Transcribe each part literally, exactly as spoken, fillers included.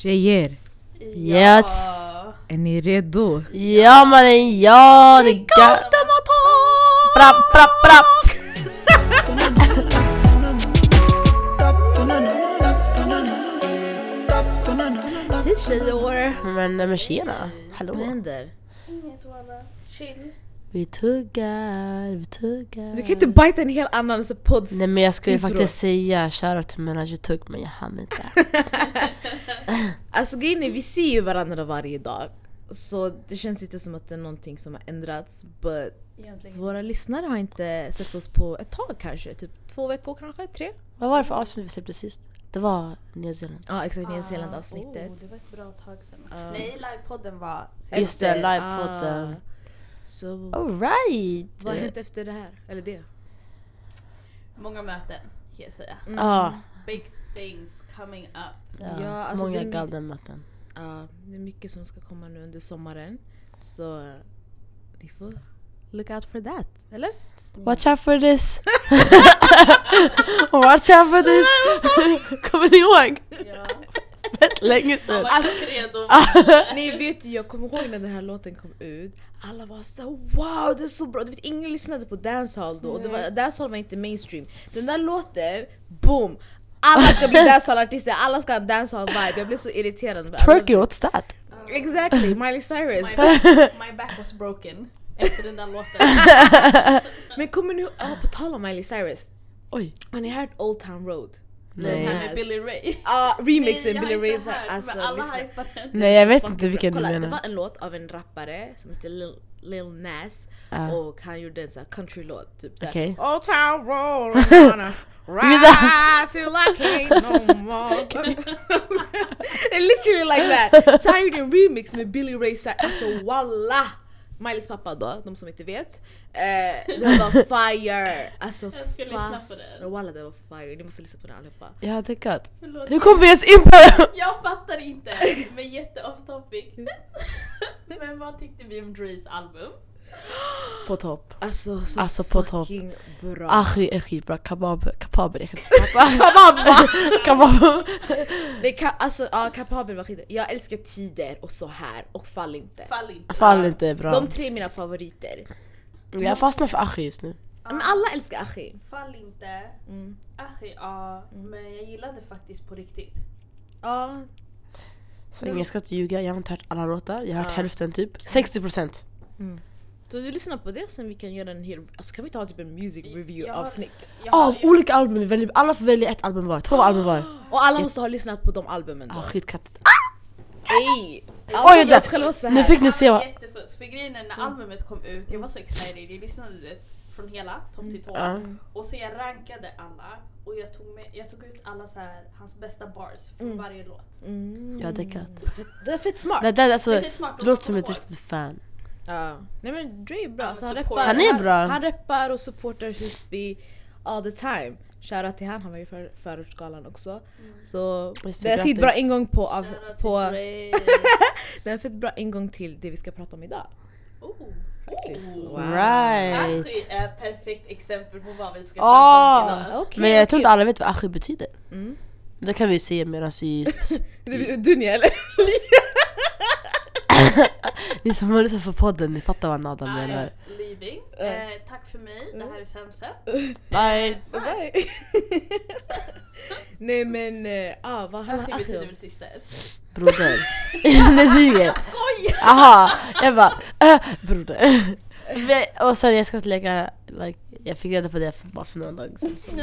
Tjejer, Yes. är ni redo? Ja mannen, ja det går. Brapp, brapp, brapp. Hej tjejer! Men, men tjena, hallå. Vad händer? Inget walla, chill. Vi tuggar, vi tuggar. Du kan inte bajta en hel annan podd. Nej men jag skulle intro. faktiskt säga shoutout till Menage Tugg, men jag hann inte. Alltså grejen är, vi ser ju varandra varje dag. Så det känns inte som att det är någonting som har ändrats. But Egentligen. våra lyssnare har inte sett oss på ett tag kanske. Typ två veckor kanske, tre? Vad var det för avsnitt vi släppte sist? Det var Nya Zeeland. Ja exakt, Nya Zeeland avsnittet. Oh, det var ett bra tag sedan. Uh. Nej, livepodden var Just det, livepodden. Ah. Så All right. vad har hänt efter det här? Eller det? många möten, kan jag säga. Mm. Ja, Big things coming up. ja, Ja, alltså många det är- galna möten. Ja, det är mycket som ska komma nu under sommaren. Så uh, ni får look out for that, eller? Watch out for this. Watch out for this. Kommer ni ihåg? Ja. Rätt länge sedan. Alla är redo. Ni vet ju, jag kommer ihåg när den här låten kom ut. Alla var så wow, det är så bra. Du vet, ingen lyssnade på dancehall då. Och det var, dancehall var inte mainstream. Den där låten, boom. Alla ska bli dancehall-artister. Alla ska ha dancehall-vibe. Jag blev så irriterad. Twerky, what's that? Exactly, Miley Cyrus. My back, my back was broken efter den där låten. Men kommer ni oh, på tal om Miley Cyrus. Oj. Har ni hört Old Town Road? Den Nej. här med Billy Ray. Ja, uh, remixen Nej, Billy jag har Ray. inte hört, Alltså, men alla lyssna. hypar den. Nej, jag vet Fucking inte vilken bra. du Kolla, menar. det var en låt av en rappare som heter Lil, Lil Nas. Ah. Och han gjorde en sån här country-låt. Typ såhär Okej. Old Town Road, I'm gonna ride till I can't no more. It's literally like that. Så han gjorde en remix med Billy Ray Cyrus. Alltså walla. Miley's pappa då, de som inte vet. Eh, det var fire. Alltså Jag ska lyssna på den. Walla, det var fire. Ni måste lyssna på den allihopa. Ja, det är gott. Förlåt. Hur kom vi ens in på det? Jag fattar inte, men jätte off topic. Men vad tyckte vi om Dre's album? På topp. Alltså, så Alltså, på topp. fucking bra. Achi är skitbra. Kabab, kapabel, jag kan inte prata. Kabab, va? Kabab. Det ka- alltså, ja, kapabel var skit. Jag älskar Tider och Så här och Fall inte. Fall inte. Fall inte bra. De tre är mina favoriter. Jag fastnar för Achi just nu. Men alla älskar Achi. Fall inte. Mm. Achi, ja. Men jag gillade faktiskt på riktigt. Ja. Så ingen ska inte ljuga. Jag har inte hört alla låtar. Jag har hört Ja. hälften typ. sextio procent. Mm. Så du lyssnar på det, sen vi kan göra en hel... Alltså kan vi ta typ en music review Jag har- avsnitt? Jag, Av jag, olika album. vi väljer- Alla får välja ett album var. Två album var. Och alla måste ha lyssnat på de albumen då. Ah, skitkattigt. Ey! Oj, jag det- ska låta så Nu här. fick ni se var vad... jättefusk. För grejen är, när albumet kom ut, jag var så excited. Jag lyssnade det från hela, topp till tå. Ja. Och så jag rankade alla. Och jag tog, med, jag tog ut alla så här, hans bästa bars från Mm. varje låt. Mm. Ja, det är gött. Det är fett smart. Det där alltså... Det är lite smart Du att låter som komma ett ihåg. riktigt fan. Ja. Nej men Dre är bra. Ja, Så han, support. reppar, Han är bra. Han, han reppar och supportar Husby all the time. Shoutout till han, han var ju för förortsgalan också. Mm. Så Visst, det är en fett grattis. bra ingång på, av, Shoutout på till Dre. det är en fett bra ingång till det vi ska prata om idag. Oh. Faktiskt. Oh. Right. Achi är ett perfekt exempel på vad vi ska Ah. prata om idag. Okej, Men jag tror okej. inte alla vet vad Achi betyder. Mm. Det kan vi se medan vi... Det är Dunja eller? Ni som har lyssnat på podden, ni fattar vad Nada I am menar. leaving. Uh. Eh, tack för mig, det här är Sämse. Bye. Bye. Nej men, äh, ah, vad handlar Achi betyder Achi väl syster? Broder. Nej, du är. Skoj! Aha, jag bara, äh, broder. Vi- Och sen jag ska inte lägga, like, jag fick reda på det för, bara för några dagar sedan. Så.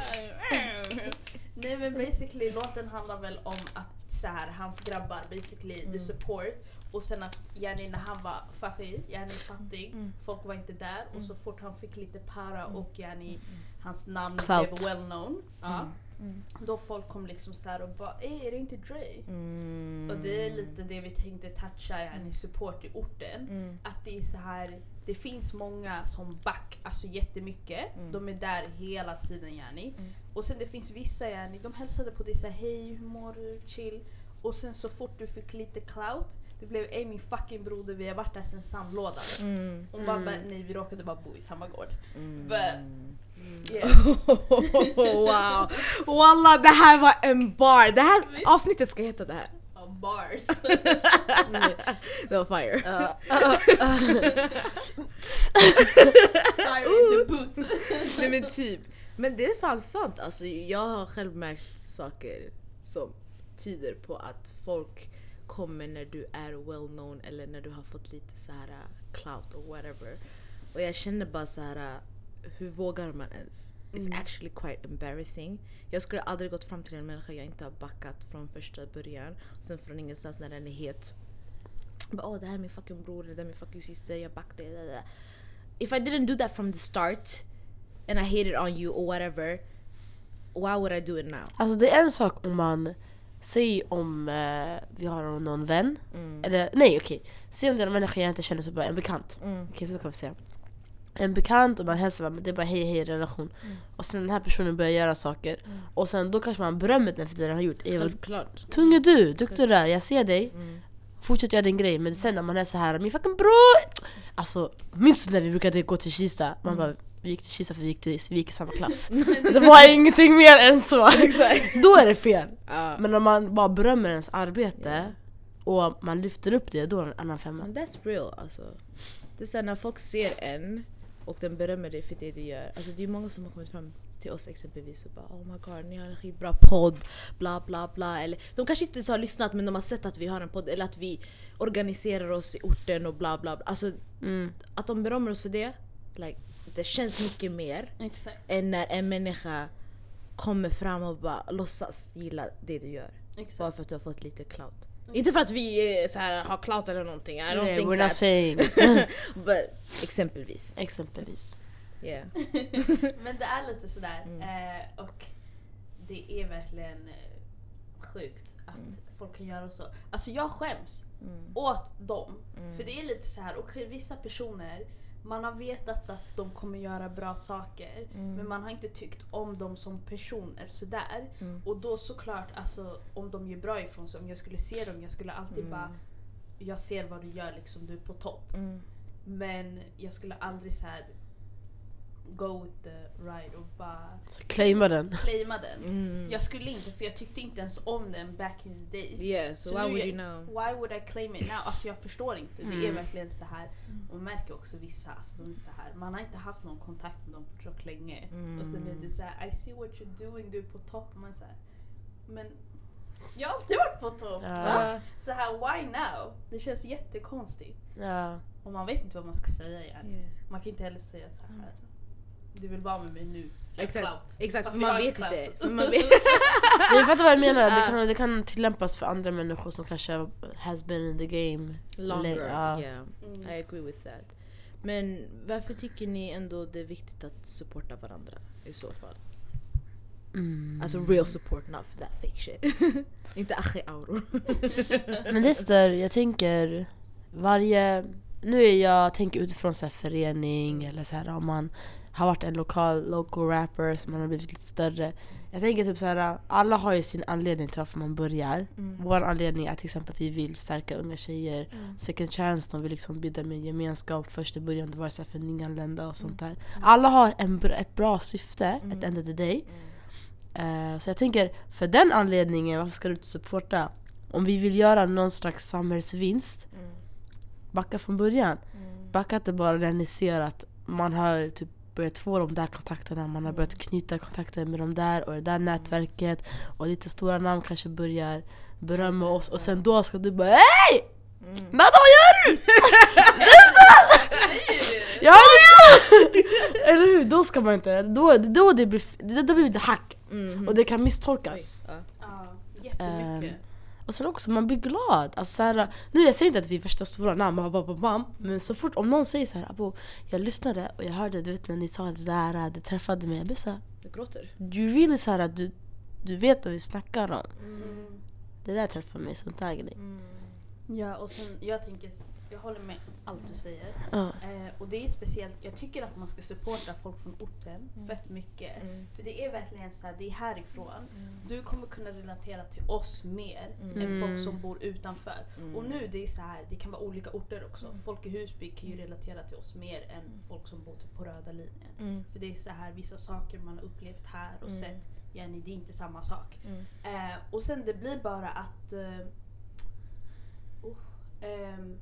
Nej men basically låten handlar väl om att så här, hans grabbar basically Mm. the support. Och sen att yani, när han var fattig, yani, fattig Mm. folk var inte där. Och så fort han fick lite para och yani, hans namn Clout. blev well known. Ja. Mm. Då folk kom liksom så här och bara, ey är det inte Dre? Mm. Och det är lite det vi tänkte toucha, yani, support i orten. Mm. Att det är så här, det finns många som back, alltså jättemycket. Mm. De är där hela tiden yani. Mm. Och sen det finns vissa yani, de hälsade på dig så här, hej hur mår du, chill. Och sen så fort du fick lite clout, det blev ej min fucking broder, vi har varit där sen sandlådan. Mm. Hon bara, bara, nej vi råkade bara bo i samma gård. Mm. But, yeah. Wow. Walla, det här var en bar. Det här avsnittet ska heta det här. A Bars. Det var fire. Ja. Fire in the booth. Nej men typ. Men det är fan sant. Alltså, jag har själv märkt saker som tyder på att folk kommer när du är well known eller när du har fått lite så här clout or whatever. Och jag känner bara så här, hur vågar man ens? It's mm. actually quite embarrassing. Jag skulle aldrig gått fram till en människa jag inte har backat från första början. Och sen från ingenstans när den är het. Bara, åh, det här är min fucking bror, det här är min fucking syster, jag backade. If I didn't do that from the start and I hated on you or whatever, why would I do it now? Alltså det är en sak om man säger om eh, vi har någon vän. Mm. Eller, nej okej. Okay. Säg om det är en människa jag inte känner så bra, en bekant. Mm. Okej, okay, så kan vi säga. En bekant och man hälsar, det är bara hej hej relation. Mm. Och sen den här personen börjar göra saker. Mm. Och sen då kanske man berömmer den för det den har gjort. Självklart. Tung är du, duktig där, jag ser dig. Mm. Fortsätt göra din grej. Men sen när man är så här, min fucking bror. Alltså, minns du när vi brukade gå till Kista? Man mm. bara, vi gick till Kista för vi gick, till, vi gick i samma klass. Det var ingenting mer än så. Då är det fel. Uh. Men när man bara berömmer ens arbete yeah. och man lyfter upp det, då är det en annan femma. That's real, alltså. Det är så när folk ser en och den berömmer dig för det du gör. Alltså det är många som har kommit fram till oss exempelvis och bara, oh my god, ni har en skitbra podd, bla bla bla. Eller de kanske inte så har lyssnat, men de har sett att vi har en podd eller att vi organiserar oss i orten och bla bla bla. Alltså mm. att de berömmer oss för det, like, det känns mycket mer Exakt. än när en människa kommer fram och bara låtsas gilla det du gör. Exakt. Bara för att du har fått lite clout. Mm. Inte för att vi så här, har clout eller någonting. I don't Nej, think we're that. not saying. But exempelvis. Exempelvis. Yeah. Men det är lite sådär. Mm. Eh, och det är verkligen eh, sjukt att mm. folk kan göra så. Alltså jag skäms mm. åt dem. Mm. För det är lite så här. Och vissa personer, man har vetat att de kommer göra bra saker. Mm. Men man har inte tyckt om dem som personer sådär. Mm. Och då såklart, alltså, om de gör bra ifrån sig, om jag skulle se dem, jag skulle alltid mm. bara, jag ser vad du gör, liksom, du är på topp. Mm. Men jag skulle aldrig så här go with the ride och bara claima den. Claima den. Mm. Jag skulle inte, för jag tyckte inte ens om den back in the days. Yeah, so, so why would you know? Why would I claim it now? Alltså jag förstår inte. Mm. Det är verkligen så här. Och man märker också vissa, alltså de är så här. Man har inte haft någon kontakt med dem på så länge. Mm. Och sen är det så här, I see what you're doing, du är på topp. Man så här, men jag har alltid varit på topp. Ja. Så här, why now? Det känns jättekonstigt. Ja. Och man vet inte vad man ska säga igen. Yeah. Man kan inte heller säga så här. Mm. Du vill vara med mig nu. Exakt, exakt. Alltså, man vet inte. Man vet. Jag fattar vad jag menar. Det kan, det kan tillämpas för andra människor som kanske has been in the game longer. Uh. Yeah, mm. I agree with that. Men varför tycker ni ändå det är viktigt att supporta varandra i så fall? Mm. Alltså real support, not for that fake shit. Inte achi-auror. Men det är större, jag tänker varje... Nu är jag tänker utifrån så här förening eller så här om man har varit en lokal local rapper som man har blivit lite större. Jag tänker typ så här, alla har ju sin anledning till varför man börjar. Mm. Vår anledning är till exempel att vi vill stärka unga tjejer. Mm. Second chance, de vill liksom bidra med gemenskap. Först i början, det var så här för nyanlända och sånt där. Mm. Alla har en, ett bra syfte mm. at the end of the day. Mm. Uh, så jag tänker, för den anledningen, varför ska du inte supporta? Om vi vill göra någon slags samhällsvinst, mm. backa från början. Mm. Backa inte bara när ni ser att man har typ börjat få de där kontakterna, man har börjat knyta kontakter med de där och det där nätverket och lite stora namn kanske börjar berömma oss och sen då ska du bara hej! Mm. Nada, vad gör du? Ja, eller hur? Då ska man inte, då, då det blir då blir det hack mm. och det kan misstolkas. Ja, jättemycket. Um, Och sen också, man blir glad. Alltså, så här, nu jag säger inte att vi är första stora namn, men så fort om någon säger så här, Abo, jag lyssnade och jag hörde, du vet när ni sa det där, det träffade mig. Jag blir så här, du gråter. Du really så här, att du, du vet vad vi snackar om. Mm. Det där träffar mig, sånt där grej. Mm. Ja, och sen, jag tänker, jag håller med allt du säger. Uh. Eh, och det är speciellt, jag tycker att man ska supporta folk från orten mm. fett mycket. Mm. För det är verkligen så här, det är härifrån. Mm. Du kommer kunna relatera till oss mer mm. än folk som bor utanför. Mm. Och nu det är så här, det kan vara olika orter också. Mm. Folk i Husby kan ju relatera till oss mer än mm. folk som bor typ på röda linjen. Mm. För det är så här, vissa saker man har upplevt här och mm. sett, ja, det är inte samma sak. Mm. Eh, och sen det blir bara att... Eh, Um,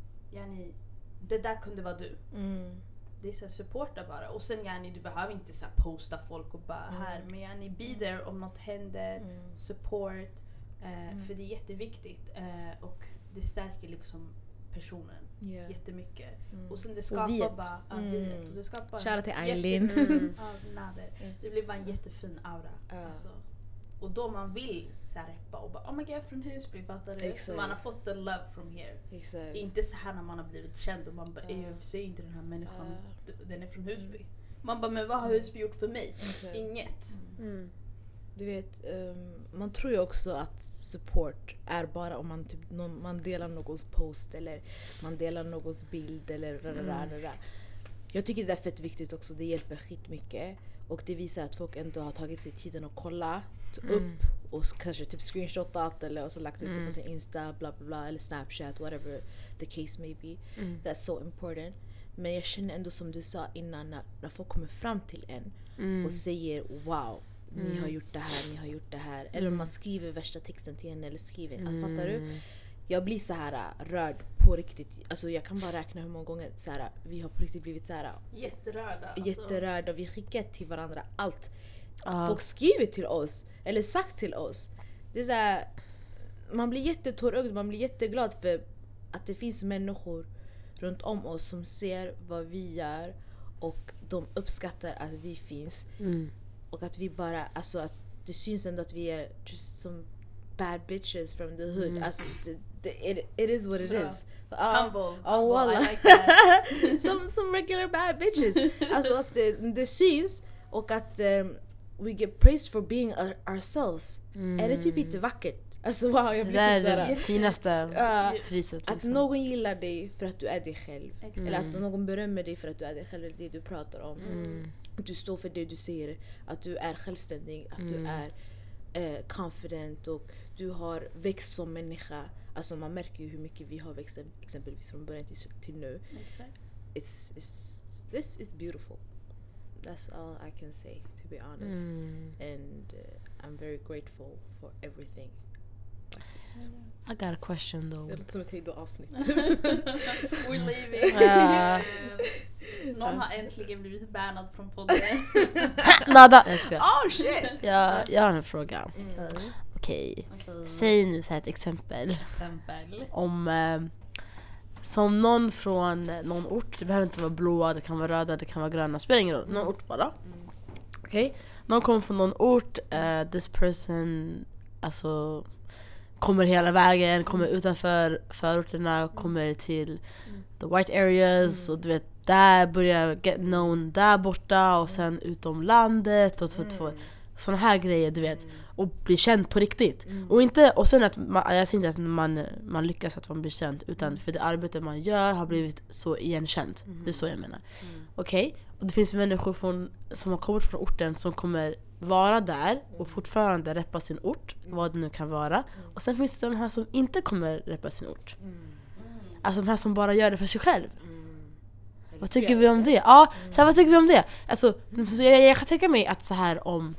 yani, det där kunde vara du. Mm. Det är så här, supporta bara. Och sen yani, du behöver inte så här, posta folk och bara Mm. här. Men yani, be there om något händer. Mm. Support. Uh, Mm. För det är jätteviktigt. Uh, och det stärker liksom personen Yeah. jättemycket. Mm. Och sen det Och skapar vet. bara... Ja, Mm. vet. Och det skapar en Shoutout till jätte- Eileen. Mm. Ja, nader. Mm. Det blir bara en jättefin aura. Ja. Alltså. Och då man vill så här reppa och bara oh my god, jag är från Husby, fattar du? Exakt. Man har fått the love from here. Exakt. Inte så här när man har blivit känd och man bara Ja. jag ser inte den här människan, Ja. d- den är från Husby. Man bara men vad har Husby gjort för mig? Exakt. Inget. Mm. Du vet, um, man tror ju också att support är bara om man, typ, någon, man delar någons post eller man delar någons bild eller rarara, rarara. Jag tycker det är fett viktigt också, det hjälper skitmycket. Och det visar att folk ändå har tagit sig tiden att kolla Mm. upp och kanske typ screenshotat eller och så lagt ut det Mm. på sin Insta, bla bla bla, eller Snapchat, whatever the case may be. Mm. That's so important. Men jag känner ändå som du sa innan, när, när folk kommer fram till en Mm. och säger wow, ni Mm. har gjort det här, ni har gjort det här. Eller om man skriver värsta texten till en eller skriver, alltså, fattar du? Mm. Jag blir så här äh, rörd på riktigt. Alltså jag kan bara räkna hur många gånger så här, vi har på riktigt blivit så här Jätterörda. Alltså. jätterörda. Vi skickar till varandra allt. Ja. Folk skriver till oss eller sagt till oss. Det är så här, man blir jättetårögd, man blir jätteglad för att det finns människor runt om oss som ser vad vi gör och de uppskattar att vi finns. Mm. Och att vi bara, alltså att det syns ändå att vi är just some bad bitches from the hood. Mm. Alltså det, det, it, it is what it Bra. is. Ah, Humble. oh, Humble, wallah. I like that. some, some regular bad bitches. Alltså att det, det syns och att um, we get praised for being our, ourselves. Mm. Är det typ inte vackert? Alltså wow, jag Det blir där typ är såhär. det finaste Ja. priset. Att Liksom. någon gillar dig för att du är dig själv. Exakt. Eller att Mm. någon berömmer dig för att du är dig själv, eller det du pratar om. Mm. Att du står för det du säger, att du är självständig, att du Mm. är eh, confident och du har växt som människa. Alltså man märker ju hur mycket vi har växt exempelvis från början till, till nu. Exakt. It's, it's, this is beautiful. That's all I can say, to be honest. Mm. And uh, I'm very grateful for everything. Faktiskt. I got a question though. Det låter som ett hejdå-avsnitt. We're leaving. Ja. Någon har äntligen blivit bannad från podden. Nada! Jag skojar. Oh shit! Jag, jag har en fråga. Mm. Okej. Okej. Säg nu så här ett exempel. Exempel. Om eh, som någon från eh, någon ort, det behöver inte vara blåa, det kan vara röda, det kan vara gröna, spelar ingen roll, någon ort bara. Mm. Okej, någon kommer från någon ort, eh, this person alltså kommer hela vägen, kommer utanför förorterna, kommer till the white areas och du vet, där börjar get known där borta och sen utom landet och för att få såna här grejer, du vet, och bli känd på riktigt. Och inte och sen att man, jag säger inte att man man lyckas att man blir känd, utan för det arbete man gör har blivit så igenkänt. Det är så jag menar. Okej, och det finns människor från som har kommit från orten som kommer vara där och fortfarande reppa sin ort, vad det nu kan vara. Och sen finns det de här som inte kommer reppa sin ort. Alltså de här som bara gör det för sig själv. Vad tycker vi om det? Ja, så här, vad tycker vi om det? Alltså, så jag, jag kan tänka mig att så här om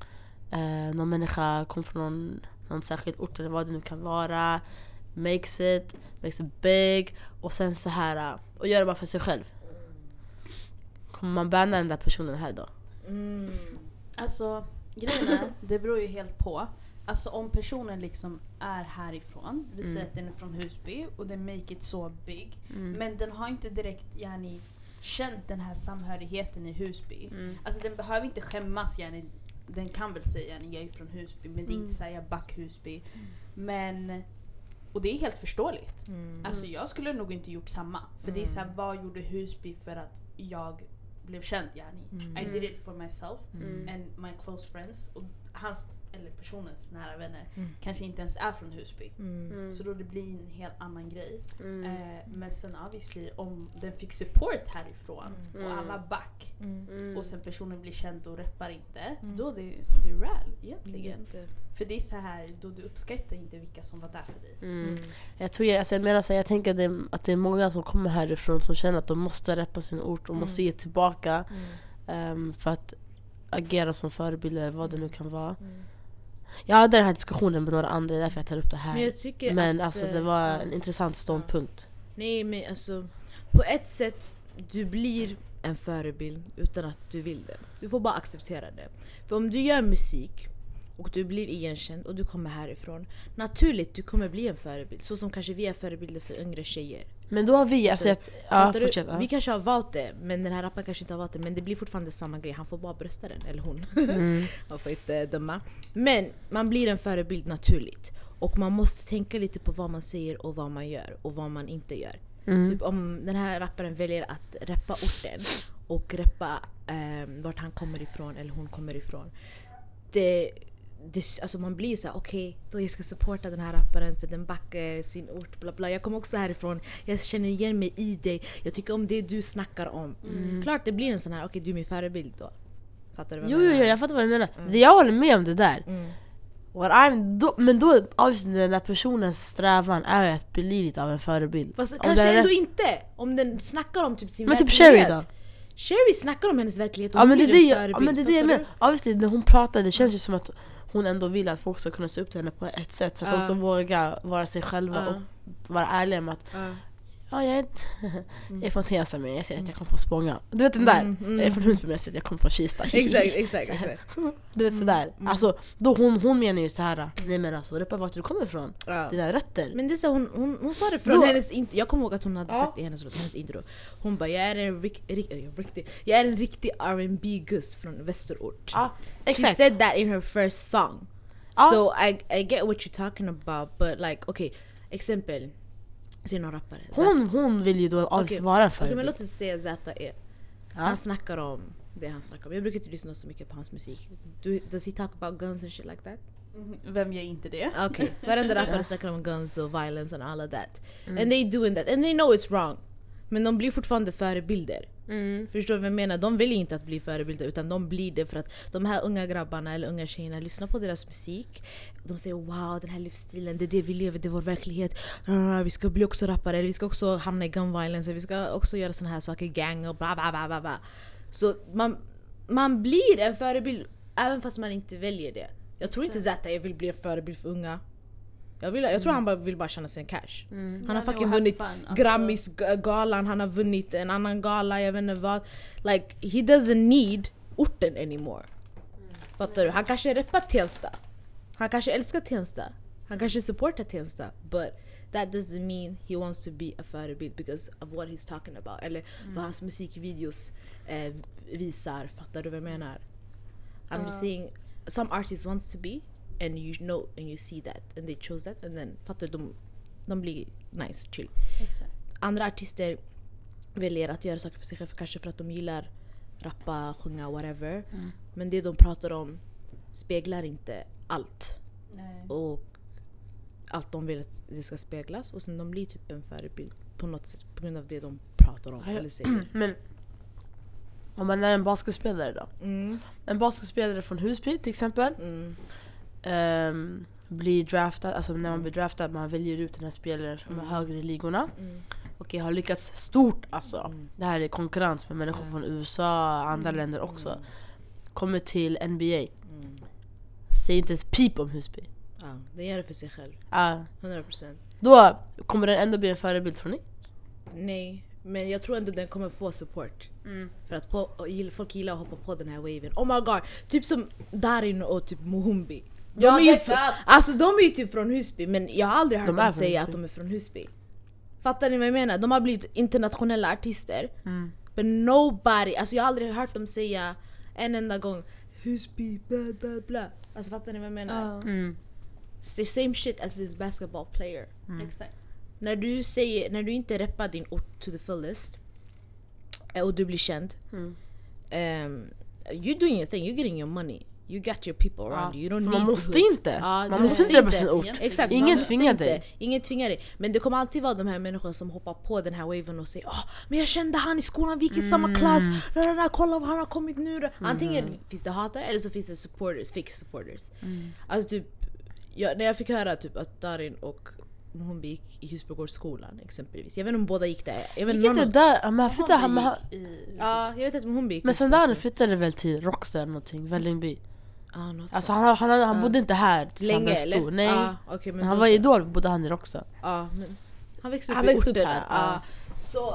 eh, någon människa kommer från någon, någon särskild ort eller vad det nu kan vara, makes it, makes it big och sen så här och gör det bara för sig själv. Kommer man banna den där personen här då? Mm. Alltså, grejen är, det beror ju helt på. Alltså om personen liksom är härifrån, vi säger Mm. att den är från Husby och den make it so big, Mm. men den har inte direkt yani, känt den här samhörigheten i Husby. Mm. Alltså den behöver inte skämmas, yani, den kan väl säga yani, jag är från Husby, men det är Mm. inte säga back Husby. Men, och det är helt förståeligt. Mm. Alltså jag skulle nog inte gjort samma. För det är så här, vad gjorde Husby för att jag blev känd, yani? Mm. I did it for myself Mm. and my close friends. Och hans, eller personens nära vänner, Mm. kanske inte ens är från Husby. Mm. Mm. Så då det blir en helt annan grej. Mm. Eh, men sen obviously, om den fick support härifrån Mm. och alla back Mm. Mm. och sen personen blir känd och reppar inte, Mm. då det, det är real egentligen. Jätte. För det är så här, då du uppskattar inte vilka som var där för dig. Mm. Jag tror jag, alltså jag menar så här, jag tänker att det, att det är många som kommer härifrån som känner att de måste reppa sin ort och måste ge tillbaka Mm. ehm, för att agera som förebilder eller vad det nu kan vara. Mm. Jag hade den här diskussionen med några andra, därför jag tar upp det här. Men, jag tycker men att, alltså det var ja. en intressant ståndpunkt. Nej, men alltså på ett sätt du blir en förebild utan att du vill det. Du får bara acceptera det. För om du gör musik och du blir igenkänd och du kommer härifrån, naturligt du kommer bli en förebild. Så som kanske vi är förebilder för yngre tjejer. Men då har vi, alltså att, ja, du, fortsätt, ja. vi kanske har valt det, men den här rappen kanske inte har valt det. Men det blir fortfarande samma grej, han får bara brösta den, eller hon. Mm. Man får inte döma. Men man blir en förebild naturligt. Och man måste tänka lite på vad man säger och vad man gör och vad man inte gör. Mm. Typ om den här rapparen väljer att rappa orten och rappa eh, vart han kommer ifrån eller hon kommer ifrån. Det, det, alltså man blir så här: okej, okay, då jag ska supporta den här rapparen för den backar sin ort, bla bla. Jag kommer också härifrån, jag känner igen mig i dig, jag tycker om det du snackar om. Mm. Klart det blir en sån här, okej okay, du är min förebild då. Fattar du vad jo, jag menar? Jo, jag fattar vad du menar. Mm. Det, jag håller med om det där. Mm. What I'm, då, men då, obviously, den där personens strävan är att bli lite av en förebild. Fast om kanske är ändå inte. Om den snackar om typ sin men verklighet. typ Sherry då? Sherry snackar om hennes verklighet och ja, men det, blir det, en ja, förebild. men det är det jag Fattar menar. Obviously, när hon pratar, det känns ju som att hon ändå vill att folk ska kunna se upp till henne på ett sätt. Så att uh. de ska våga vara sig själva uh. och vara ärliga med att uh. ja, jag är, jag är från Tensta, men jag säger att jag kommer från Spånga. Du vet den där? Mm, mm. Jag är från Husby, men jag säger att jag kommer från Kista. Exakt, exakt, exakt. Du vet sådär. Mm. Alltså, då hon, hon menar ju så här. Nej men alltså, reppa vart du kommer ifrån. Ja. Dina rötter. Men det är så, hon, hon, hon sa det från då, hennes intro. Jag kommer ihåg att hon hade ja. sagt i hennes, hennes intro. Hon bara, jag är en, rik, rik, riktig, jag är en riktig R and B-gus från Västerort. Ja, She exakt. said that in her first song. Ja. So I, I get what you're talking about. But like, okay, exempel. Säg någon rappare. Hon, hon vill ju då okay. vara en förebild. Okay, men låt oss säga Z E. Ja. Han snackar om det han snackar om. Jag brukar inte lyssna så mycket på hans musik. Do, does he talk about guns and shit like that? Mm, vem gör inte det? Okej, okay. Varenda rappare snackar om guns och violence and all of that. Mm. And they doing that. And they know it's wrong. Men de blir fortfarande förebilder. Mm. Förstår du vad jag menar? De vill inte att bli förebilder, utan de blir det för att de här unga grabbarna eller unga tjejerna lyssnar på deras musik. De säger wow, den här livsstilen, det är det vi lever, det är vår verklighet. Vi ska bli också rappare, eller vi ska också hamna i gun violence, vi ska också göra såna här saker, gang och bla bla bla bla bla. Så man, man blir en förebild även fast man inte väljer det. Jag tror inte Zäta jag vill bli en förebild för unga. Jag, vill, jag mm. tror han bara vill bara tjäna sin cash. Mm. Han har fucking vunnit fun, alltså. Grammis-galan, han har vunnit en annan gala, jag vet inte vad. Like, he doesn't need orten anymore. Mm. Fattar du? Han kanske reppar Tensta. Han kanske älskar Tensta. Han kanske supportar Tensta. But that doesn't mean he wants to be a förebild because of what he's talking about. Eller mm. vad hans musikvideos eh, visar. Fattar du vad jag menar? I'm uh. just saying, some artists wants to be and you know and you see that and they chose that and then fattar de de blir nice chill. Exakt. Andra artister väljer att göra saker för sig själva kanske för att de gillar rappa, sjunga, whatever. Mm. Men det de pratar om speglar inte allt. Nej. Och allt de vill att det ska speglas och sen de blir typ en förebild på något sätt på grund av det de pratar om. Ja, eller säger. Mm. Men om man är en basketspelare då. Mm. En basketspelare från Husby till exempel. Mm. Um, blir draftad, alltså när man blir draftad man väljer ut den här spelaren som mm. är högre i ligorna mm. och jag har lyckats stort alltså. Mm. Det här är konkurrens med människor mm. från U S A och andra mm. länder också. Mm. Kommer till N B A. Mm. Säg inte ett pip om Husby. Ja, det gör det för sig själv. Ja. hundra procent. Då kommer den ändå bli en förebild, tror ni? Nej, men jag tror ändå den kommer få support. Mm. För att på, folk gillar att hoppa på den här waven. Oh my god, typ som Darin och typ Mohombi. De ja, är ju fr- alltså de är ju typ från Husby, men jag har aldrig hört de dem säga Husby. Att de är från Husby. Fattar ni vad jag menar? De har blivit internationella artister. Mm. But nobody, alltså jag har aldrig hört dem säga en enda gång Husby, bla bla bla. Alltså fattar ni vad jag menar? Uh. Mm. It's the same shit as this basketball player. Mm. Exakt. När du säger, när du inte reppar din ort to the fullest och du blir känd, mm. um, you're doing your thing, you're getting your money. You got your people around you. You don't man måste inte. Ja, man måste inte reppa sin ort. Exakt. Ingen tvingar dig. Ingen tvingar dig. Men det kommer alltid vara de här människorna som hoppar på den här waven och säger åh, men jag kände han i skolan, vi gick i mm. samma klass. Där, där, kolla vad han har kommit nu. Mm. Antingen finns det hatare eller så finns det supporters, fake supporters. Mm. Alltså typ, jag, när jag fick höra typ att Darin och hon gick i Husbygårdsskolan exempelvis. Jag vet inte om båda gick där. Jag vet inte någon... där. Men han flyttade han i... Ja, jag vet att hon gick. Men sen där flyttade väl till Rockstar någonting, Vällingby. Ah, något Alltså sånt. han, han, han Ah. bodde inte här tills han Länge var stor. eller? Nej. Ah, okay, men Men han då var så. Idol, bodde han där också. Ja, men han växte upp Han i växte upp orten här, där. ja. Ja. Så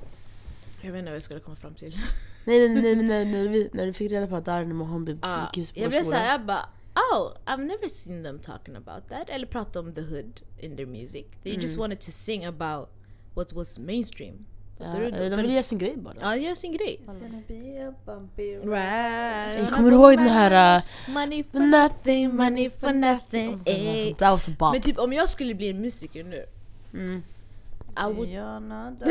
jag vet inte vad jag skulle komma fram till. Nej, nej, nej, nej, när, vi, när du fick reda på att Darin Mohammed Ah, gick ut på jag vår blev skola. såhär, jag bara oh, I've never seen them talking about that. Eller prata om the hood in their music. They Mm. just wanted to sing about what was mainstream. Ja, Fattar du? eller de För- ville göra sin grej bara. Ja, gör sin grej. It's gonna be a bumpy ride. Right. Jag kommer ihåg den här... Uh, Money for nothing, money for nothing. Eh. that was a bop. Men typ om jag skulle bli en musiker nu, Mm. I would Diana Dawn.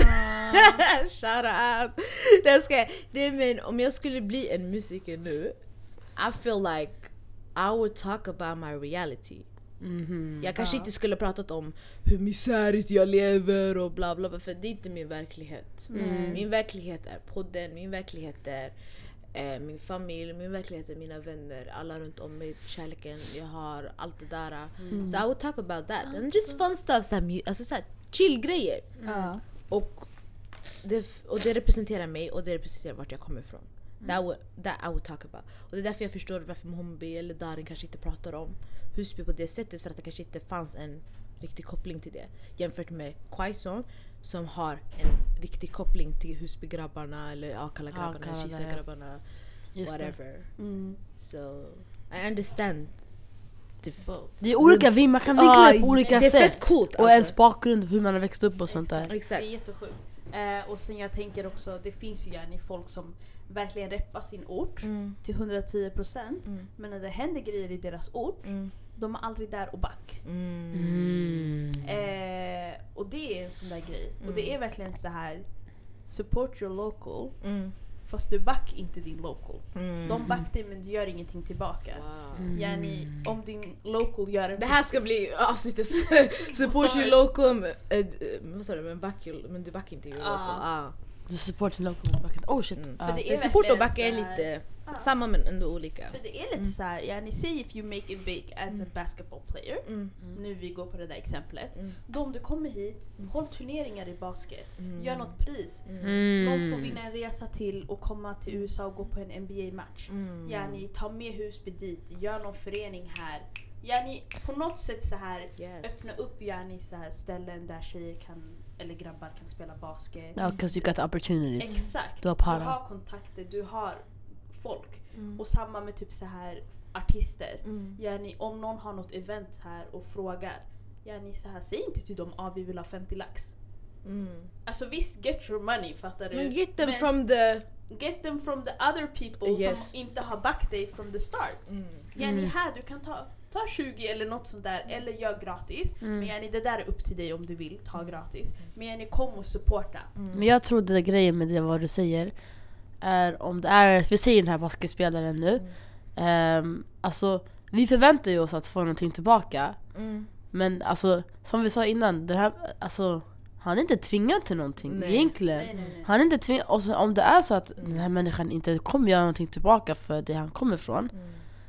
shout out. Det ska jag. Det men om jag skulle bli en musiker nu, I feel like I would talk about my reality. Mhm. Jag kanske Ja. inte skulle pratat om hur misärigt jag lever och bla bla bla, för det är inte min verklighet. Mm. Min verklighet är podden, min verklighet är eh, min familj, min verklighet är mina vänner, alla runt om mig, kärleken jag har, allt det där. Mm. So I would talk about that and just fun stuff, så här, mu- alltså så här, chill grejer. Ja. Och det, f- och det representerar mig och det representerar vart jag kommer ifrån. That, would, that I would talk about. Och det är därför jag förstår varför Mohombi eller Darin kanske inte pratar om Husby på det sättet, för att det kanske inte fanns en riktig koppling till det. Jämfört med Quaison som har en riktig koppling till Husby-grabbarna eller Akalla-grabbarna, Akalla, ja. Kisa-grabbarna, Just det. whatever. Mm. So I understand. The f- Det är olika, vi, man kan vinkla Ah, det på olika det är fett sätt. coolt, Och alltså. ens bakgrund, hur man har växt upp och sånt där. Exakt. Exakt. Det är jättesjukt. Eh, och sen jag tänker också, det finns ju gärna folk som verkligen reppar sin ort Mm. till hundratio procent. Mm. Men när det händer grejer i deras ort, Mm. de är aldrig där och back. Mm. Mm. Eh, och det är en sån där grej. Och Mm. det är verkligen så här: support your local, Mm. fast du back inte din local. Mm. De back dig men du gör ingenting tillbaka. Wow. Mm. Yani, om din local gör en Det här ska bli avsnittet support your local, äh, äh, vad sa du, men, back your, men du backar inte your Ja. local. Ah. Du support din local bucket. Oh shit. Mm. Ja. För det Men support och verkligen backa är så här- lite Ja. samma men ändå olika. För det är lite Mm. så här, yani, say if you make it big as a basketball player. Mm. Nu vi går på det där exemplet. Mm. Då om du kommer hit, håll turneringar i basket. Mm. Gör något pris. Mm. Någon får vinna en resa till och komma till U S A och gå på en N B A-match. Mm. Yani, ta med Husby dit, gör någon förening här. Yani, på något sätt så här Yes. öppna upp yani, så här ställen där tjejer kan, eller grabbar kan spela basket. Ja, because you got the opportunities. Exakt. Du har Du para. har kontakter, du har folk. Mm. Och samma med typ så här artister. Mm. Yani, om någon har något event här och frågar, yani, så här, säg inte till dem att ah, vi vill ha femtio lax. Mm. Alltså visst, get your money, fattar du? Men get them Men from the... get them from the other people Yes. som inte har back dig from the start. Mm. Yani, Mm. här du kan ta, ta tjugo eller något sånt där, eller gör gratis. Mm. Men yani, det där är upp till dig om du vill ta gratis. Men yani, kom och supporta. Men jag tror det där grejen med det vad du säger är om det är, vi säger den här basketspelaren nu. ehm, alltså vi förväntar ju oss att få någonting tillbaka. Mm. Men alltså som vi sa innan, det här, alltså han är inte tvingad till någonting Nej. egentligen. Nej, nej, nej. Han är inte tvingad, och så, om det är så att den här människan inte kommer göra någonting tillbaka för det han kommer ifrån, Mm.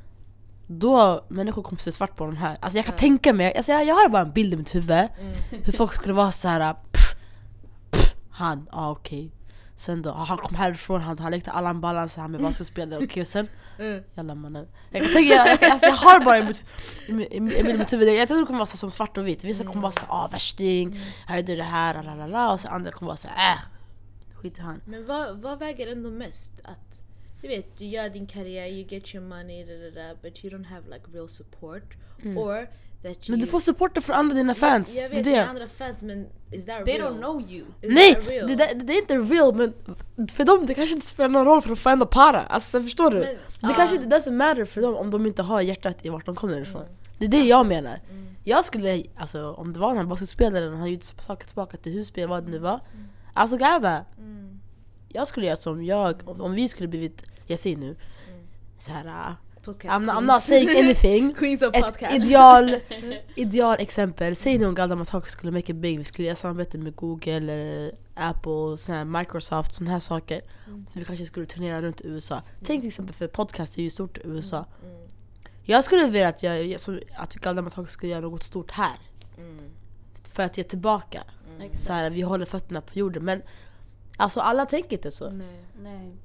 då människor kommer se svart på de här. Alltså jag kan Ja. tänka mig, alltså jag, jag har bara en bild i mitt huvud Mm. hur folk skulle vara så här. Pff, pff, han, ja ah, okej. Sen då, ah, han kom härifrån, han, han lekte Allan Balans, han med basketspelare, okej okay, och sen Mm. jävla mannen. Jag kan tänka, jag, jag, alltså, jag har bara i mitt, i, mitt- i, mitt- i mitt huvud, jag tror det kommer vara så som svart och vitt. Vissa kommer vara så ah värsting, här är det här, lalala, och så andra kommer vara så äh, skit i han. Men vad, vad väger ändå mest? Att du vet, du gör din karriär, you get your money, da, da, da, but you don't have like real support. Or that you... Men du får supporter från andra dina fans. Jag, jag det vet, är det är det. andra fans, men is that They real? don't know you. Is Nej, that real? det, det, det är inte real, men för dem det kanske inte spelar någon roll för att få ändå para. Alltså förstår du? Men, det ah. kanske inte doesn't matter för dem om de inte har hjärtat i vart de kommer ifrån. Mm. Det är det jag menar. Mm. Jag skulle, alltså om det var den här basketspelaren och han gjorde saker tillbaka till Husby, vad det nu var. Alltså gada. Mm. Jag skulle göra som jag, om, om vi skulle blivit, jag säger nu, så här, uh, Podcast I'm, not, I'm queens. not saying anything. Queens of Ett podcast. ideal, ideal exempel. Säg nu om Galdemar Talk skulle make it big. Vi skulle göra samarbete med Google eller Apple, sån här Microsoft, såna här saker. Mm. Så vi kanske skulle turnera runt i U S A. Tänk till exempel för podcast är ju stort i U S A. Mm. Jag skulle vilja att, jag, jag- som, att Galdemar Talk skulle göra något stort här. Mm. För att ge tillbaka. Mm. Så här, vi håller fötterna på jorden. Men alltså alla tänker inte så. Nej. Nej.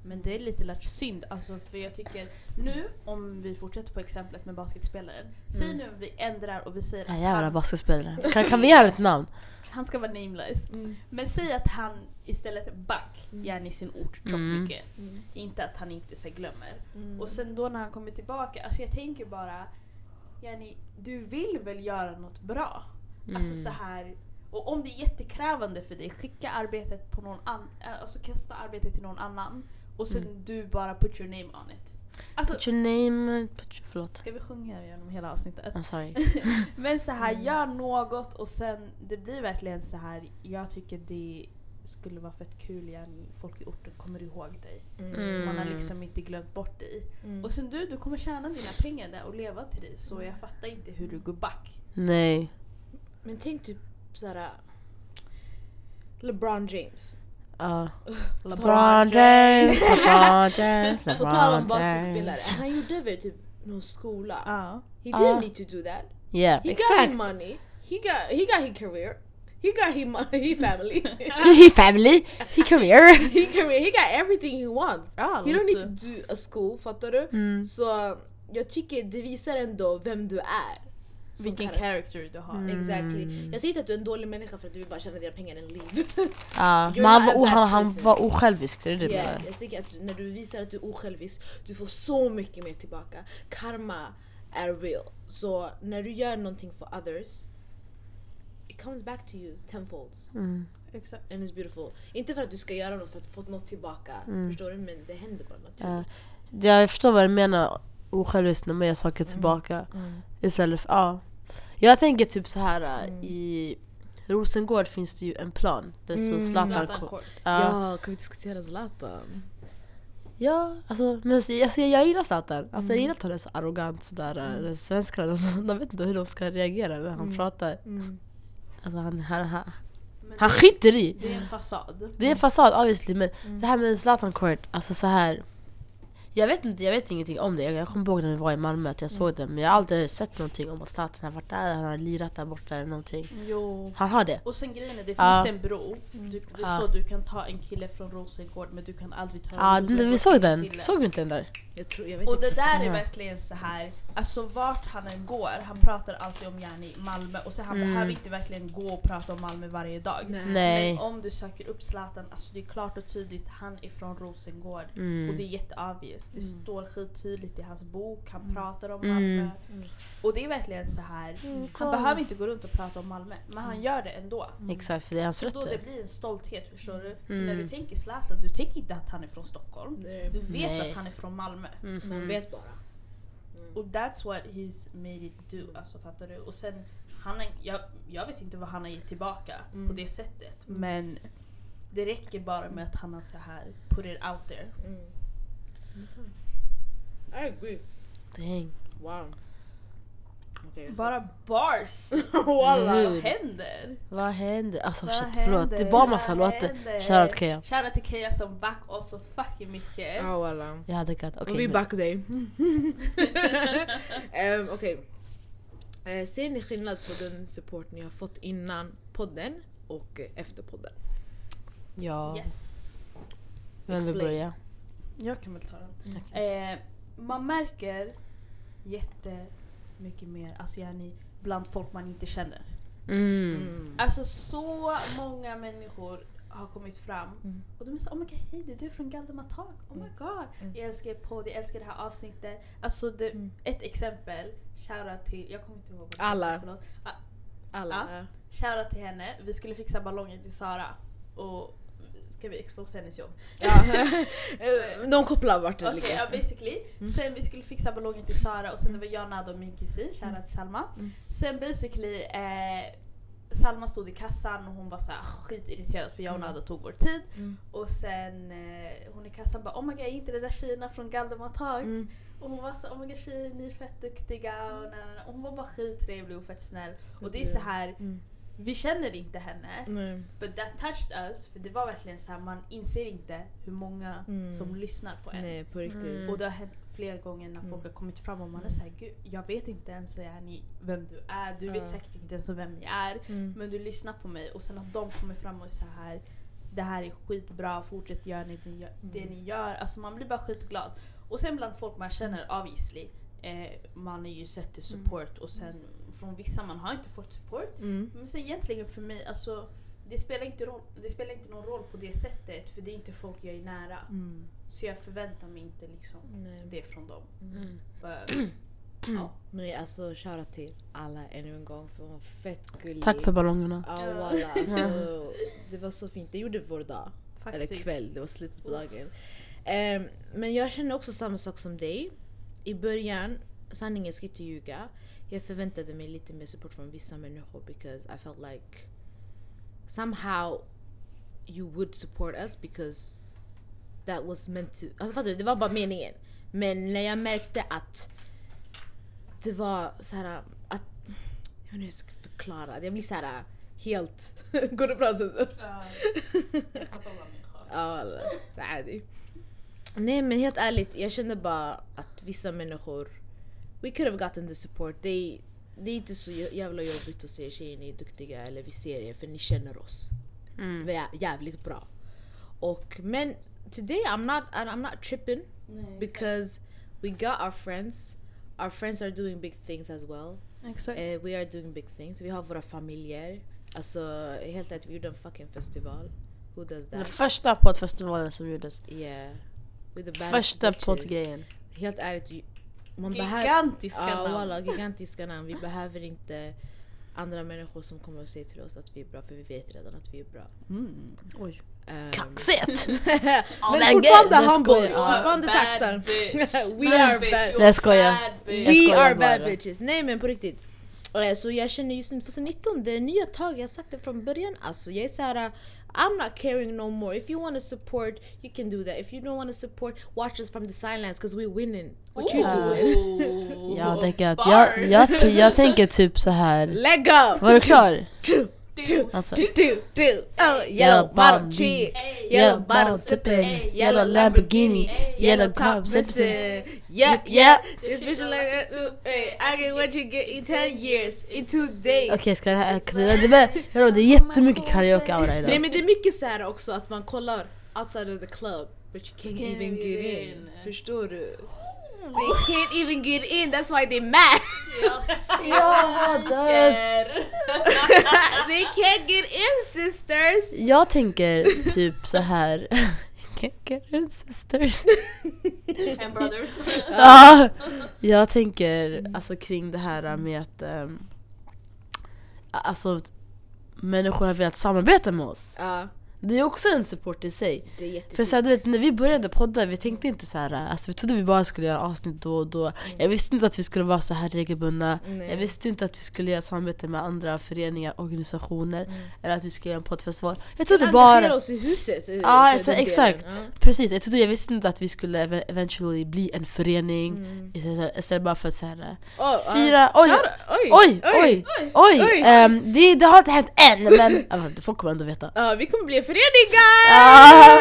Men det är lite lätt synd, alltså, för jag tycker nu, om vi fortsätter på exemplet med basketspelaren, säg Mm. nu vi ändrar och vi säger Ja, att jävla han, basketspelare. Kan, kan vi göra ett namn? han ska vara nameless. Mm. Men säg att han istället back Mm. gärna i sin ort tjock Mm. mycket. Mm. Inte att han inte så här glömmer. Mm. Och sen då när han kommer tillbaka, alltså jag tänker bara, Jenny, du vill väl göra något bra? Mm. Alltså så här, och om det är jättekrävande för dig, skicka arbetet på någon annan, alltså kasta arbetet till någon annan och sen Mm. du bara put your name on it. Alltså, Put your name... Put your, förlåt. ska vi sjunga genom hela avsnittet? I'm sorry. Men så här, Mm. gör något och sen, det blir verkligen så här. Jag tycker det skulle vara fett kul igen, folk i orten kommer ihåg dig. Mm. Man har liksom inte glömt bort dig. Mm. Och sen du, du kommer tjäna dina pengar där och leva till dig, så jag fattar inte hur du går back. Nej. Men tänk typ såhär LeBron James. Ja. LeBron LeBron James, LeBron James, På tal om LeBron basketspelare, James. han gjorde väl typ någon skola. Ja. He Ja. didn't need to do that. Yeah, He got exakt. his money. He got he got his career. He got his mo- he family. He family, he career. he career. He got everything he wants. Ja, You don't lite. need to do a school, fattar du? Mm. Så jag tycker det visar ändå vem du är. som Vilken karaktär. character du har. Mm. Exactly. Jag säger inte att du är en dålig människa för att du vill bara tjäna dina pengar and leave. Ja, You're men han not var, a o- han, bad han person. var osjälvisk, det är det Yeah, yeah. jag tycker att när du visar att du är osjälvisk, du får så mycket mer tillbaka. Karma är real. Så när du gör någonting for others, it comes back to you tenfolds. Mm. Exakt. And it's beautiful. Inte för att du ska göra något för att få något tillbaka. Mm. Förstår du? Men det händer bara Ja. naturligt. Jag förstår vad du menar, osjälviskt när man gör saker tillbaka. Mm. Istället för, ja. Jag tänker typ så här Mm. i Rosengård finns det ju en plan. Det står Mm. Zlatan Zlatan Ko- Kort. Ja. Ja, kan vi diskutera Zlatan? Ja, alltså, men alltså, jag, jag gillar Zlatan. Alltså, Mm. jag gillar att han är så arrogant sådär. Mm. Svenskarna, alltså, de vet inte hur de ska reagera när han Mm. pratar. Mm. Alltså, han, han, han, Men han det- skiter i. Det är en fasad. Det är en fasad obviously, men Mm. det här med Zlatan Court, alltså så här. Jag vet inte, jag vet ingenting om det. Jag, jag kommer ihåg när vi var i Malmö att jag Mm. såg det, men jag har aldrig sett någonting om att Zlatan har varit där, han har lirat där borta eller någonting. Jo. Han har det. Och sen grejen är, det finns Ja. en bro. Du, det Ja. står du kan ta en kille från Rosengård, men du kan aldrig ta Ja, en den, Rosengård vi såg till en den. kille. Såg vi inte den där? Jag tror, jag vet Och inte. det där är Ja. verkligen så här. Alltså vart han än går, han pratar alltid om gärna i Malmö. Och så han Mm. behöver inte verkligen gå och prata om Malmö varje dag. Nej. Nej. Men om du söker upp Zlatan, alltså det är klart och tydligt, han är från Rosengård. Mm. Och det är jätteobvious. Det Mm. står skittydligt i hans bok, han Mm. pratar om Mm. Malmö. Mm. Och det är verkligen så här. Mm, Han kom. behöver inte gå runt och prata om Malmö, men han gör det ändå. Exakt, för det är hans Så då det rötter. blir en stolthet, förstår du? För Mm. när du tänker Zlatan, du tänker inte att han är från Stockholm. Nej. Du vet Nej. att han är från Malmö. Mhm. Man vet bara. Mm. Och that's what he's made it do, alltså fattar du? Och sen, han är, jag, jag vet inte vad han har gett tillbaka Mm. på det sättet. Men det räcker bara med att han har så här put it out there. Mm. I agree. Dang. Wow. Okay. Bara bars! Walla. Hur? Vad händer? Vad händer? Alltså Vad shit, förlåt. händer? Det var massa Vad låtar. händer? Shoutout Keja. Shoutout till Keja som back oss så fucking mycket. Ja, walla. Jag hade katt. Och Okej. vi men- backar dig. um, Okej. Eh, ser ni skillnad på den support ni har fått innan podden och eh, efter podden? Ja. Yes. Vem vill Explain. börja? Jag kan väl ta den. Eh, man märker jättemycket mer, alltså gärna bland folk man inte känner. Mm. Mm. Alltså så många människor har kommit fram Mm. och de är så, oh my god, hej det är du från Galdematag, oh my Mm. god. Mm. Jag älskar er podd, jag älskar det här avsnittet. Alltså det, Mm. ett exempel, shoutout till, jag kommer inte ihåg vad det Alla. heter, förlåt. Ah, Alla. Ja. Shoutout till henne, vi skulle fixa ballongen till Sara och ska vi expose hennes jobb? Ja. Eh, De kopplar vart det Okej, ligger. ja basically. Mm. Sen vi skulle fixa ballongen till Sara och sen det var jag, Nada och min kusin, shoutout till Salma. Mm. Sen basically, eh, Salma stod i kassan och hon var så här skitirriterad för jag och Mm. Nada tog vår tid. Mm. Och sen eh, hon i kassan bara, oh my god, är inte det där tjejerna från Galdematag? Mm. Och hon var så, oh my god tjejer, ni är fett duktiga och, na, na, na. Och hon var bara skittrevlig och fett snäll. Och det är så här, Mm. vi känner inte henne. Nej. But that touched us, för det var verkligen så här, man inser inte hur många Mm. som lyssnar på en. Nej, på riktigt. Mm. Och det har hänt flera gånger när folk Mm. har kommit fram och man är såhär, gud, jag vet inte ens är ni, vem du är, du vet Ja. säkert inte ens vem jag är, Mm. men du lyssnar på mig och sen att de kommer fram och är så här, det här är skitbra, fortsätt göra det ni gör, det ni gör. Alltså man blir bara skitglad. Och sen bland folk man känner obviously, eh, man är ju sett till support mm. och sen från vissa man har inte fått support. Mm. Men sen egentligen för mig, alltså det spelar inte roll, det spelar inte någon roll på det sättet, för det är inte folk jag är nära. Mm. Så jag förväntar mig inte liksom Nej. det från dem. Mm. But, ja. Men alltså shoutout till alla ännu en gång, för hon var fett gullig. Tack för ballongerna. Ja, voilà. Alltså, det var så fint. Det gjorde vår dag. Faktiskt. Eller kväll, det var slutet på dagen. Um, men jag känner också samma sak som dig. I början, sanningen ska inte ljuga, jag förväntade mig lite mer support från vissa människor, because I felt like somehow you would support us because that was meant to. Alltså fattar du, det var bara meningen. Men när jag märkte att det var så här att jag vet inte hur jag ska förklara. Jag blir så här helt går det bra så. Ja. Ja, nej. Nej, men helt ärligt, jag kände bara att vissa människor, we could have gotten the support. Det det är inte så jävla jobbigt att se tjejer ni är duktiga eller vi ser er, för ni känner oss. Mm. Vi är jävligt bra. Och men today I'm not I'm not tripping Nej, because we got our friends. Our friends are doing big things as well. Exakt. Uh, we are doing big things. Vi har våra familjer. Alltså helt ärligt, vi gjorde en fucking festival. Who does that? Den första poddfestivalen som gjordes. Yeah. With the första poddgrejen. Helt ärligt, man gigantiska behöver, namn. Ja, alla gigantiska namn. Vi behöver inte andra människor som kommer att säga till oss att vi är bra, för vi vet redan att vi är bra. Mm. Oj. Um, Kaxigt! Men fortfarande humble, fortfarande tacksam. We are bad. Jag skojar. We are bad bitches. Nej, men på riktigt. Så jag känner just nu tjugonitton, det är nya tag, jag har sagt det från början. Alltså jag är såhär, I'm not caring no more. If you want to support, you can do that. If you don't want to support, watch us from the sidelines, because we're winning. What Ooh. you doing? Jag tänker att jag, jag, jag tänker typ så här. Let go! Var du klar? Do, alltså. do, do, do. Oh, yellow bottle cheek, yellow bottle sipping, yellow Lamborghini, yellow top sipping. Yeah, yeah. This bitch like that. Hey, I get what you get in ten years, in two days. Okej, okay, ska det här det är, det är jättemycket karaoke-aura idag. Nej, men det är mycket så här också att man kollar outside of the club, but you can't, can't even get in. in. Förstår du? They can't even get in, that's why they mad. Ja, they can't get in, sisters. Jag tänker typ så här. Can't get in, sisters. And brothers. Ja, jag tänker alltså kring det här med att um, alltså människor har velat samarbeta med oss. Ja. Uh. Det är också en support i sig. Det är jättefint. För så här, du vet, när vi började podda, vi tänkte inte så här, alltså vi trodde vi bara skulle göra avsnitt då och då. Mm. Jag visste inte att vi skulle vara så här regelbundna. Nej. Jag visste inte att vi skulle göra samarbete med andra föreningar, organisationer, mm. eller att vi skulle göra en poddfestival. Jag trodde bara engagera oss i huset. Ja, alltså, exakt. Ja. Precis. Jag trodde jag visste inte att vi skulle ev- eventually bli en förening mm. istället, istället bara för att så här, oh, fira. Uh, oj, oj, oj, oj, oj, oj. oj. Um, det, det har inte hänt än, men alltså, folk kommer ändå veta. Ja, uh, vi kommer bli en förening, guys! Ah.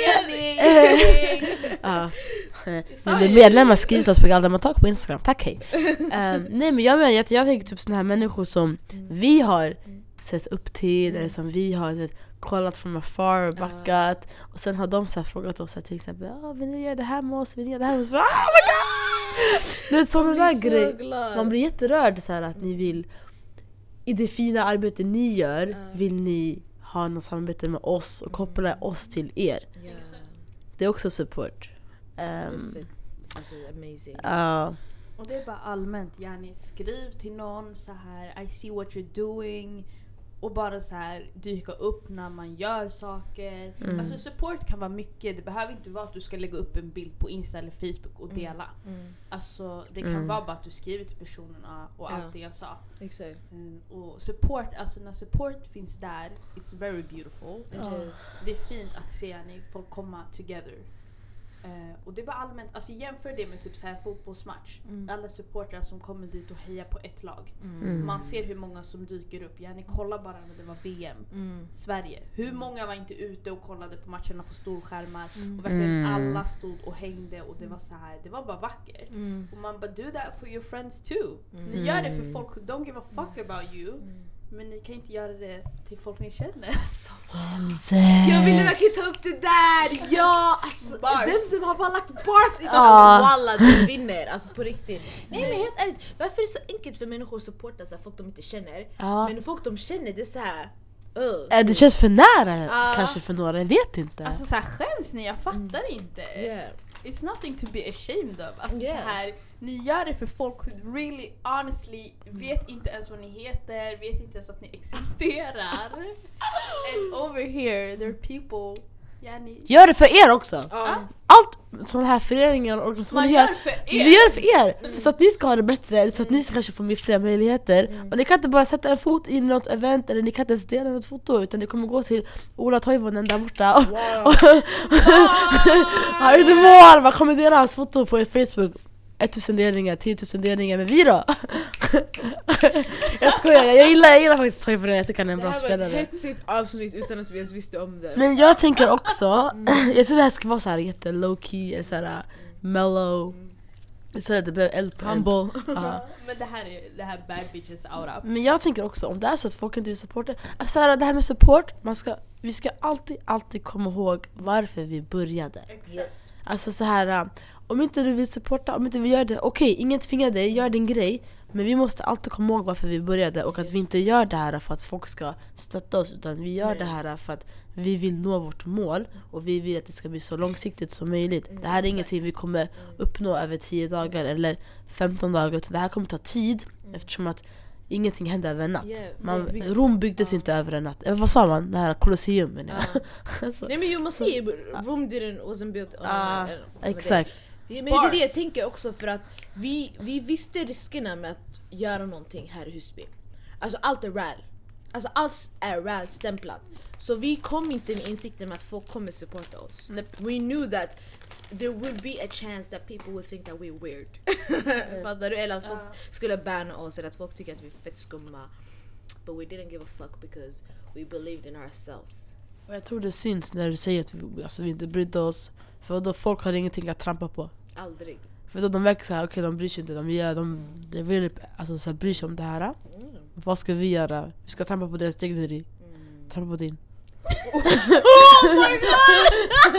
ah. Men medlemmar skrivs oss på Galdematak på Instagram. Tack, hej. um, nej, men jag menar, jag, jag tänker typ såna här människor som mm. vi har mm. sett upp till, mm. eller som vi har vet, kollat från afar och backat. Uh. Och sen har de så här frågat oss här, till exempel, ah, vill ni göra det här med oss? Vill ni göra det här med oss? Oh my god! Det är sådana där grejer. Man blir jätterörd så här att ni vill, i det fina arbetet ni gör, uh. vill ni ha något samarbete med oss och koppla mm. oss till er. Yeah. Det är också support. Um, alltså, amazing. Uh, och det är bara allmänt, gärna skriv till någon så här, I see what you're doing, och bara så här dyka upp när man gör saker. Mm. Alltså support kan vara mycket. Det behöver inte vara att du ska lägga upp en bild på Insta eller Facebook och dela. Mm. Mm. Alltså det kan mm. vara bara att du skriver till personerna och ja. allt det jag sa. Exakt. Mm. Och support, alltså när support finns där, it's very beautiful. Oh. Det är fint att se när folk komma together. Uh, och det var allmänt, alltså jämför det med typ så här fotbollsmatch. Mm. Alla supportrar som kommer dit och hejar på ett lag. Mm. Man ser hur många som dyker upp. Ja, ni kollar bara när det var V M. Mm. Sverige. Hur många var inte ute och kollade på matcherna på storskärmar. Mm. Och verkligen mm. alla stod och hängde och det var så här, det var bara vackert. Mm. Och man bara, do that for your friends too. Mm. Ni gör det för folk who don't give a fuck about you. Mm. Men ni kan inte göra det till folk ni känner. Alltså, jag ville verkligen ta upp det där. Ja, alltså Zemzem har bara lagt bars i den. Ah. Walla, du vinner. Alltså på riktigt. Nej men helt ärligt, varför är det så enkelt för människor att supporta så här, folk de inte känner? Ja. Men folk de känner, det är så här. Uh, Äh, det känns för nära Ah. kanske för några, jag vet inte. Alltså så här, skäms ni? Jag fattar mm. inte. yeah. It's nothing to be ashamed of. Alltså Yeah. så här, ni gör det för folk who really honestly vet inte ens vad ni heter, vet inte ens att ni existerar. And over here there are people, ja, ni, Gör det för er också. Ja. Allt sådana här föreningar och organisationer man gör, gör för er. vi gör det för er. Mm. Så att ni ska ha det bättre, eller så att ni ska kanske få mer fler möjligheter. Mm. Och ni kan inte bara sätta en fot i något event, eller ni kan inte ens dela något foto, utan ni kommer gå till Ola Toivonen där borta och, Wow. och han är inte mål, man kommer dela hans foto på Facebook. tusen delningar, tio tusen delningar, men vi då? Jag skojar, jag gillar, jag gillar faktiskt Toivonen, jag tycker han är en bra Det här var spelare. ett hetsigt avsnitt utan att vi ens visste om det. Men jag tänker också, jag tror det här ska vara så här jätte low key, eller så här uh, mellow. Så att det blev eld på eld. Humble. Ja. Men det här är det här bad bitches aura. Men jag tänker också, om det är så att folk inte vill supporta, alltså så här, det här med support, man ska, vi ska alltid, alltid komma ihåg varför vi började. Yes. Alltså så här, uh, om inte du vill supporta, om inte vi gör det, okej, okay, ingen tvingar dig, gör din grej. Men vi måste alltid komma ihåg varför vi började, och att vi inte gör det här för att folk ska stötta oss, utan vi gör Nej. det här för att vi vill nå vårt mål, och vi vill att det ska bli så långsiktigt som möjligt. Mm, det här är exakt. ingenting vi kommer uppnå över tio dagar eller femton dagar, utan det här kommer ta tid, Mm. eftersom att ingenting händer över en natt. Yeah, Man, vi- Rom byggdes inte över en natt. Eh, vad sa man? Det här Colosseum, men ja. Alltså, Nej men you must see, Rome didn't, wasn't built on ah, on- on a exakt. day. Ja, men det är det jag tänker också, för att vi, vi visste riskerna med att göra någonting här i Husby. Alltså allt är räl. Alltså allt är räl stämplat. Så vi kom inte med insikten med att folk kommer supporta oss. We knew that there would be a chance that people would think that we're weird. Fattar du? Eller att folk skulle banna oss, eller att folk tycker att vi är fett skumma. But we didn't give a fuck because we believed in ourselves. Och jag tror det syns när du säger att vi, alltså, vi inte brydde oss. För då folk har ingenting att trampa på. Aldrig. För då de verkar såhär, okej okay, de bryr sig inte, de gör, de, de really, alltså, så här, bryr sig om det här. Mm. Vad ska vi göra? Vi ska trampa på deras dignity. Mm. Trampa på din. Oh my god!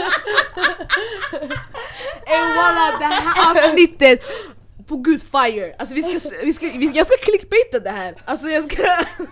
Ey walla, det här avsnittet på good fire. Alltså vi ska, vi ska, vi ska jag ska clickbaita det här. Alltså jag ska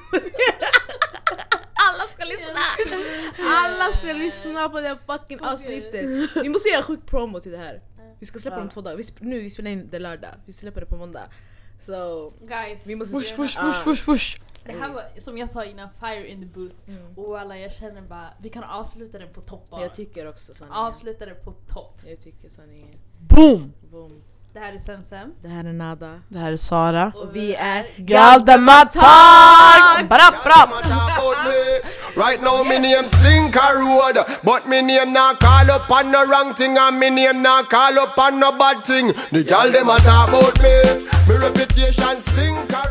alla ska lyssna. Alla ska lyssna på det här fucking avsnittet. Vi måste göra sjuk promo till det här. Vi ska släppa det om två dagar. Vi sp- nu vi spelar in det lördag. Vi släpper det på måndag. Så Guys, vi måste Push, push, push, push, push. det här var som jag sa innan, fire in the booth. Mm. Och alla, jag känner bara, vi kan avsluta den på topp bara. Jag tycker också sanningen. Avsluta den på topp. Jag tycker sanningen. Boom! Boom. Det här är Semsem. Det här är Nada. Det här är Sara. Och vi är Galdematak! Bra, bra! Right now me name Slinker Road, but me name not call up on no wrong thing, and me name not call up on no bad thing. The girl dem a talk about me, me reputation Slinker